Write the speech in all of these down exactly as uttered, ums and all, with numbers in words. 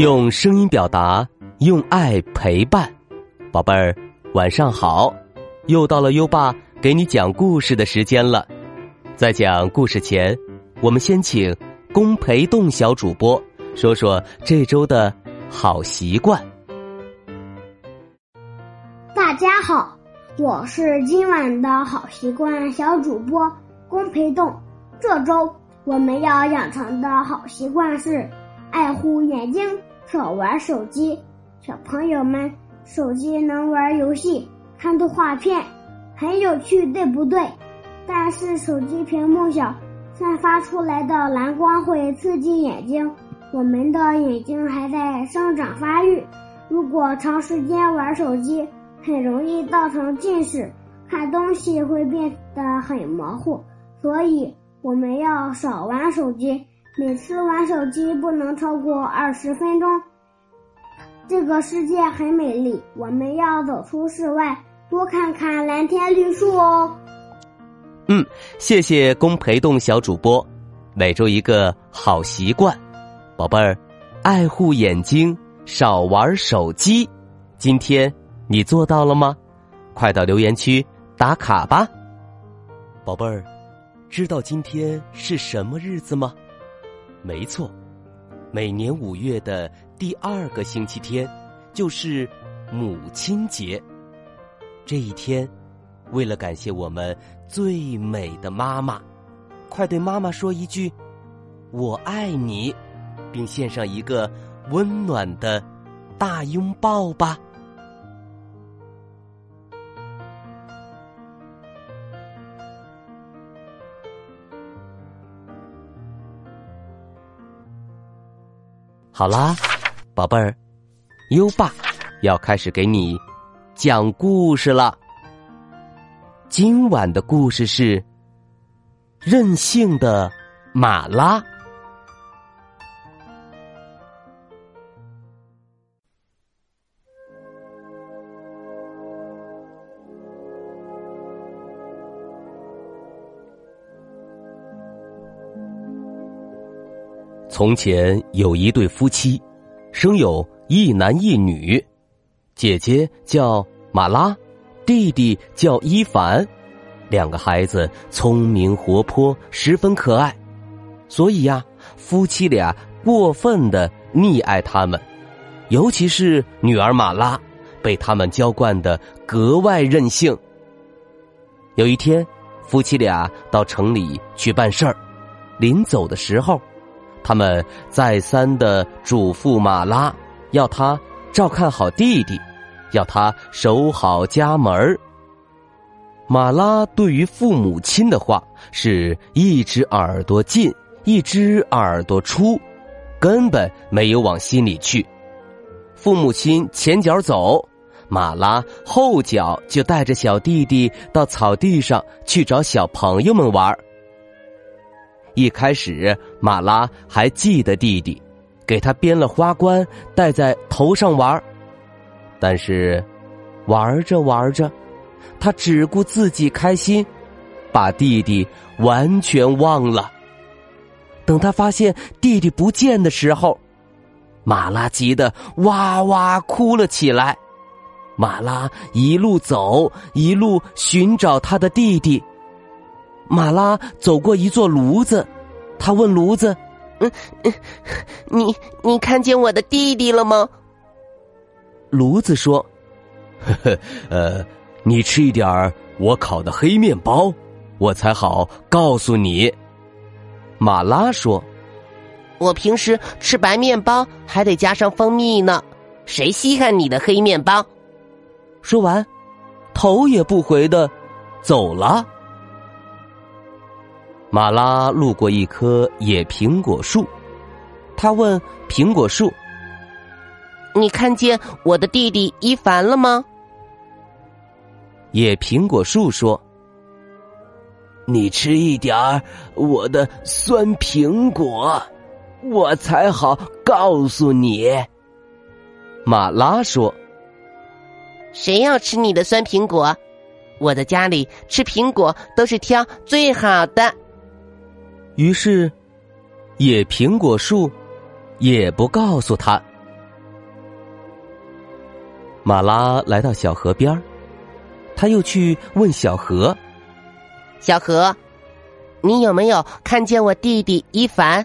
用声音表达，用爱陪伴。宝贝儿，晚上好！又到了优爸给你讲故事的时间了。在讲故事前，我们先请龚培栋小主播说说这周的好习惯。 大家好，我是今晚的好习惯小主播龚培栋。这周我们要养成的好习惯是爱护眼睛，少玩手机。小朋友们，手机能玩游戏、看动画片，很有趣，对不对？但是手机屏幕小，散发出来的蓝光会刺激眼睛，我们的眼睛还在生长发育。如果长时间玩手机，很容易造成近视，看东西会变得很模糊。所以我们要少玩手机，每次玩手机不能超过二十分钟。这个世界很美丽，我们要走出室外，多看看蓝天绿树哦。 嗯，谢谢龚培栋小主播。每周一个好习惯，宝贝儿，爱护眼睛，少玩手机。今天你做到了吗？快到留言区打卡吧。宝贝儿，知道今天是什么日子吗？没错，每年五月的第二个星期天就是母亲节。这一天，为了感谢我们最美的妈妈，快对妈妈说一句我爱你，并献上一个温暖的大拥抱吧。好啦，宝贝儿，优爸要开始给你讲故事了。今晚的故事是任性的马拉。从前有一对夫妻，生有一男一女，姐姐叫马拉，弟弟叫伊凡。两个孩子聪明活泼，十分可爱，所以呀，夫妻俩过分的溺爱他们，尤其是女儿马拉，被他们娇惯得格外任性。有一天，夫妻俩到城里去办事儿，临走的时候，他们再三地嘱咐马拉，要他照看好弟弟，要他守好家门。马拉对于父母亲的话是一只耳朵进，一只耳朵出，根本没有往心里去。父母亲前脚走，马拉后脚就带着小弟弟到草地上去找小朋友们玩。一开始马拉还记得弟弟，给他编了花冠戴在头上玩，但是玩着玩着，他只顾自己开心，把弟弟完全忘了。等他发现弟弟不见的时候，马拉急得哇哇哭了起来。马拉一路走，一路寻找他的弟弟。马拉走过一座炉子，他问炉子： 嗯嗯，你你看见我的弟弟了吗？ 炉子说：呵呵，呃，你吃一点儿我烤的黑面包，我才好告诉你。马拉说： 我平时吃白面包还得加上蜂蜜呢，谁稀罕你的黑面包？ 说完，头也不回的走了。马拉路过一棵野苹果树，他问苹果树： 你看见我的弟弟伊凡了吗？ 野苹果树说：你吃一点儿我的酸苹果，我才好告诉你。马拉说： 谁要吃你的酸苹果？我的家里吃苹果都是挑最好的。 于是野苹果树也不告诉他， 马拉来到小河边，他又去问小河： 小河，你有没有看见我弟弟伊凡？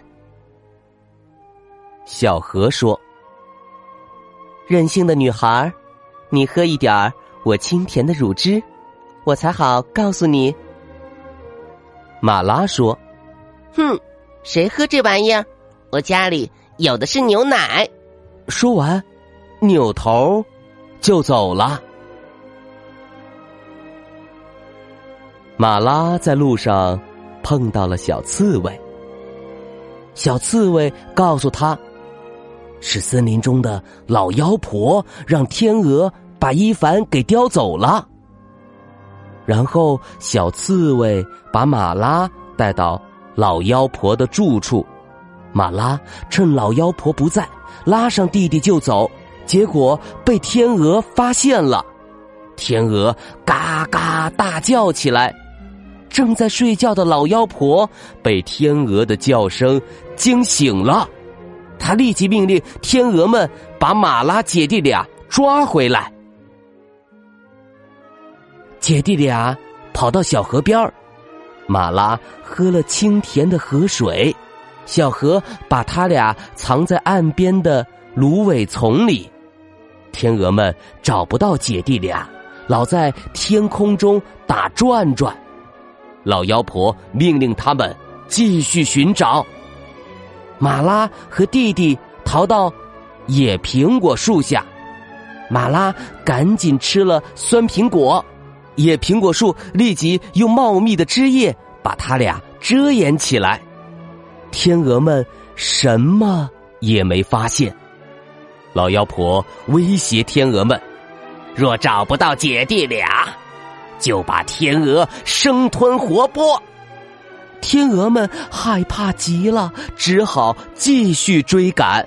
小河说： 任性的女孩，你喝一点儿我清甜的乳汁，我才好告诉你。 马拉说： 哼，谁喝这玩意儿？我家里有的是牛奶。 说完，扭头就走了。马拉在路上碰到了小刺猬，小刺猬告诉他，是森林中的老妖婆让天鹅把伊凡给叼走了。然后小刺猬把马拉带到老妖婆的住处，马拉趁老妖婆不在，拉上弟弟就走，结果被天鹅发现了。天鹅嘎嘎大叫起来，正在睡觉的老妖婆被天鹅的叫声惊醒了，她立即命令天鹅们把马拉姐弟俩抓回来。姐弟俩跑到小河边，马拉喝了清甜的河水，小河把他俩藏在岸边的芦苇丛里。天鹅们找不到姐弟俩，老在天空中打转转。老妖婆命令他们继续寻找。马拉和弟弟逃到野苹果树下，马拉赶紧吃了酸苹果，野苹果树立即用茂密的枝叶把他俩遮掩起来。天鹅们什么也没发现。老妖婆威胁天鹅们，若找不到姐弟俩，就把天鹅生吞活剥。天鹅们害怕极了，只好继续追赶。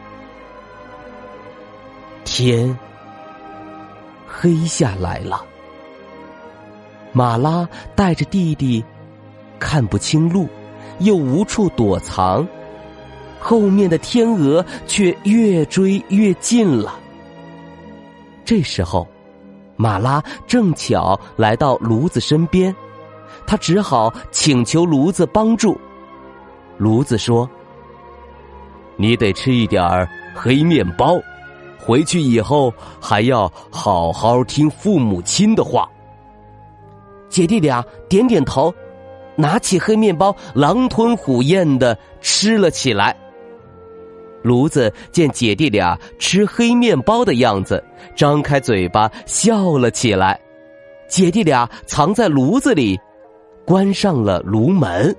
天黑下来了，马拉带着弟弟看不清路，又无处躲藏，后面的天鹅却越追越近了。这时候马拉正巧来到炉子身边，他只好请求炉子帮助。炉子说：你得吃一点黑面包，回去以后还要好好听父母亲的话。姐弟俩点点头，拿起黑面包狼吞虎咽地吃了起来。炉子见姐弟俩吃黑面包的样子，张开嘴巴笑了起来。姐弟俩藏在炉子里，关上了炉门。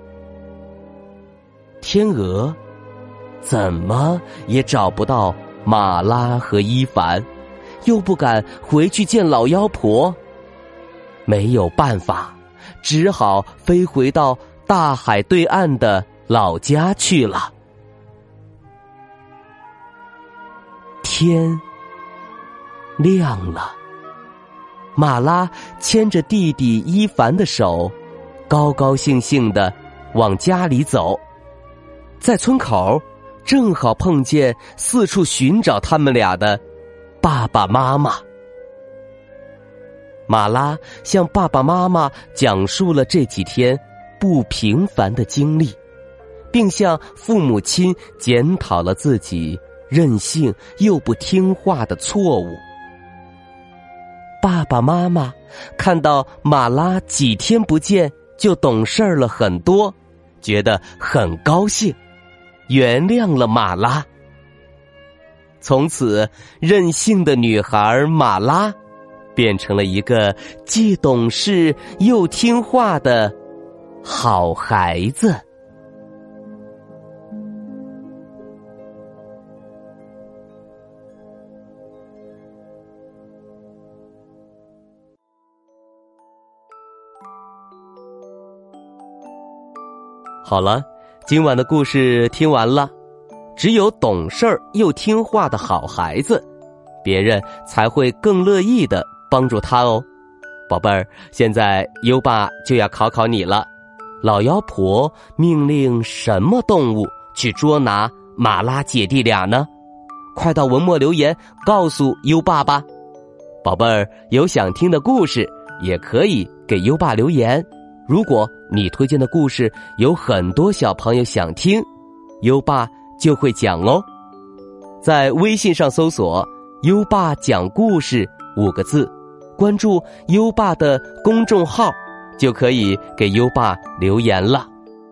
天鹅怎么也找不到马拉和伊凡，又不敢回去见老妖婆，没有办法，只好飞回到大海对岸的老家去了。天亮了，马拉牵着弟弟伊凡的手，高高兴兴地往家里走。在村口正好碰见四处寻找他们俩的爸爸妈妈。马拉向爸爸妈妈讲述了这几天不平凡的经历，并向父母亲检讨了自己任性又不听话的错误。爸爸妈妈看到马拉几天不见就懂事了很多，觉得很高兴，原谅了马拉。从此，任性的女孩马拉变成了一个既懂事又听话的好孩子。好了，今晚的故事听完了。只有懂事儿又听话的好孩子，别人才会更乐意的帮助他哦。宝贝儿，现在优爸就要考考你了。老妖婆命令什么动物去捉拿马拉姐弟俩呢？快到文末留言告诉优爸吧。 宝贝儿，有想听的故事也可以给优爸留言。如果你推荐的故事有很多小朋友想听，优爸就会讲哦。在微信上搜索优爸讲故事五个字，关注优爸的公众号，就可以给优爸留言了。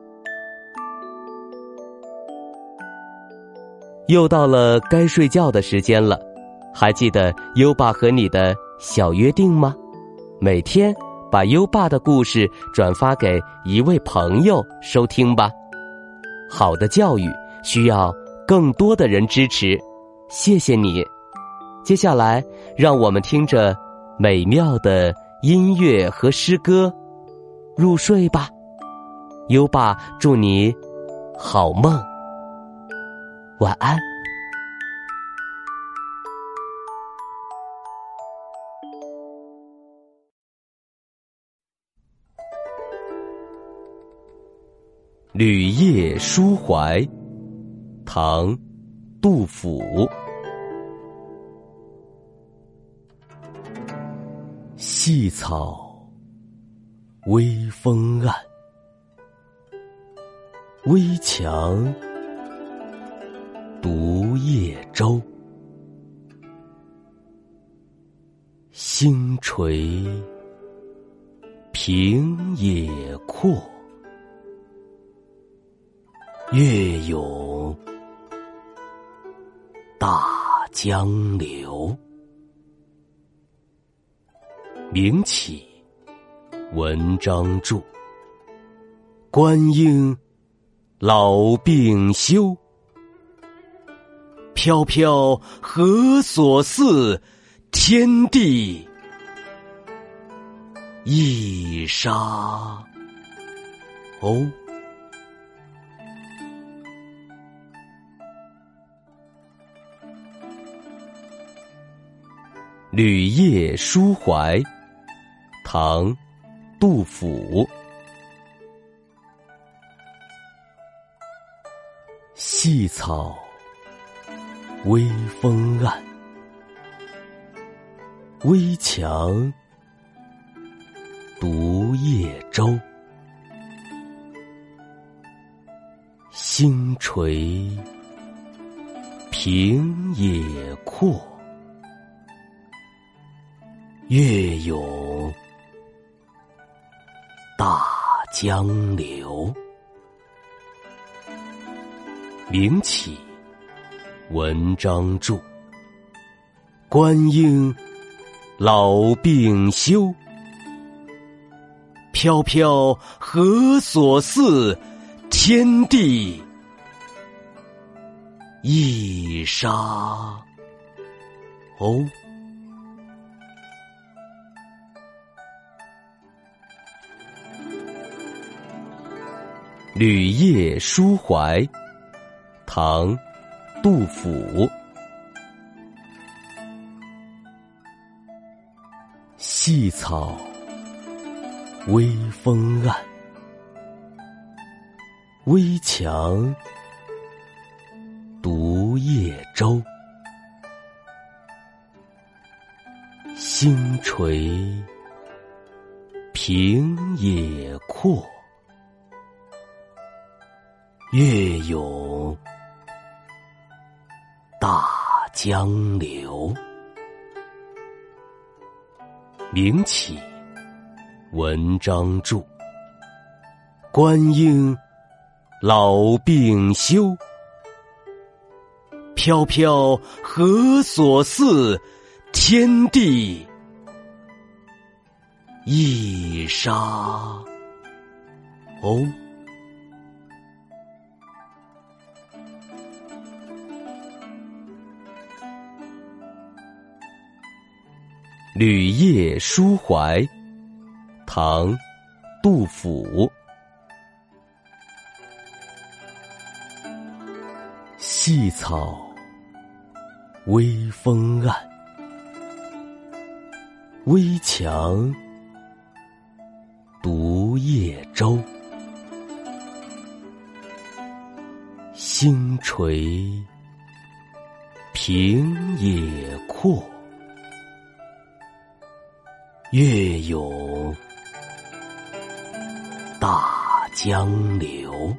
又到了该睡觉的时间了，还记得优爸和你的小约定吗？每天把优爸的故事转发给一位朋友收听吧。好的教育需要更多的人支持，谢谢你。接下来让我们听着美妙的音乐和诗歌入睡吧。优爸祝你好梦，晚安。旅夜书怀，唐·杜甫。细草微风岸，危樯独夜舟。星垂平野阔，月涌大江流。名启文章著，观应老病休。飘飘何所似，天地一沙鸥。旅夜书怀，唐·杜甫。细草微风岸，危樯独夜舟。星垂平野阔，月涌大江流。名启文章著，观应老病休。飘飘何所似，天地一沙鸥。旅夜书怀，唐·杜甫。细草微风岸，危樯独夜舟。星垂平野阔，月涌大江流。名启文章著，观应老病休。飘飘何所似，天地一沙鸥。旅夜书怀，唐·杜甫。细草微风岸，危樯独夜舟。星垂平野阔， 月涌大江流。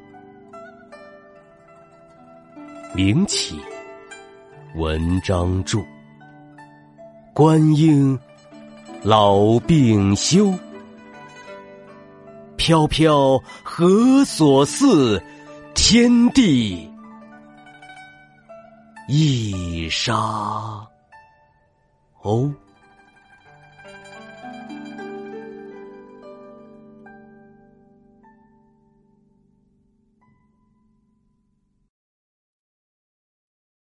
名启文章著。观应老病休，飘飘何所似？天地一沙鸥。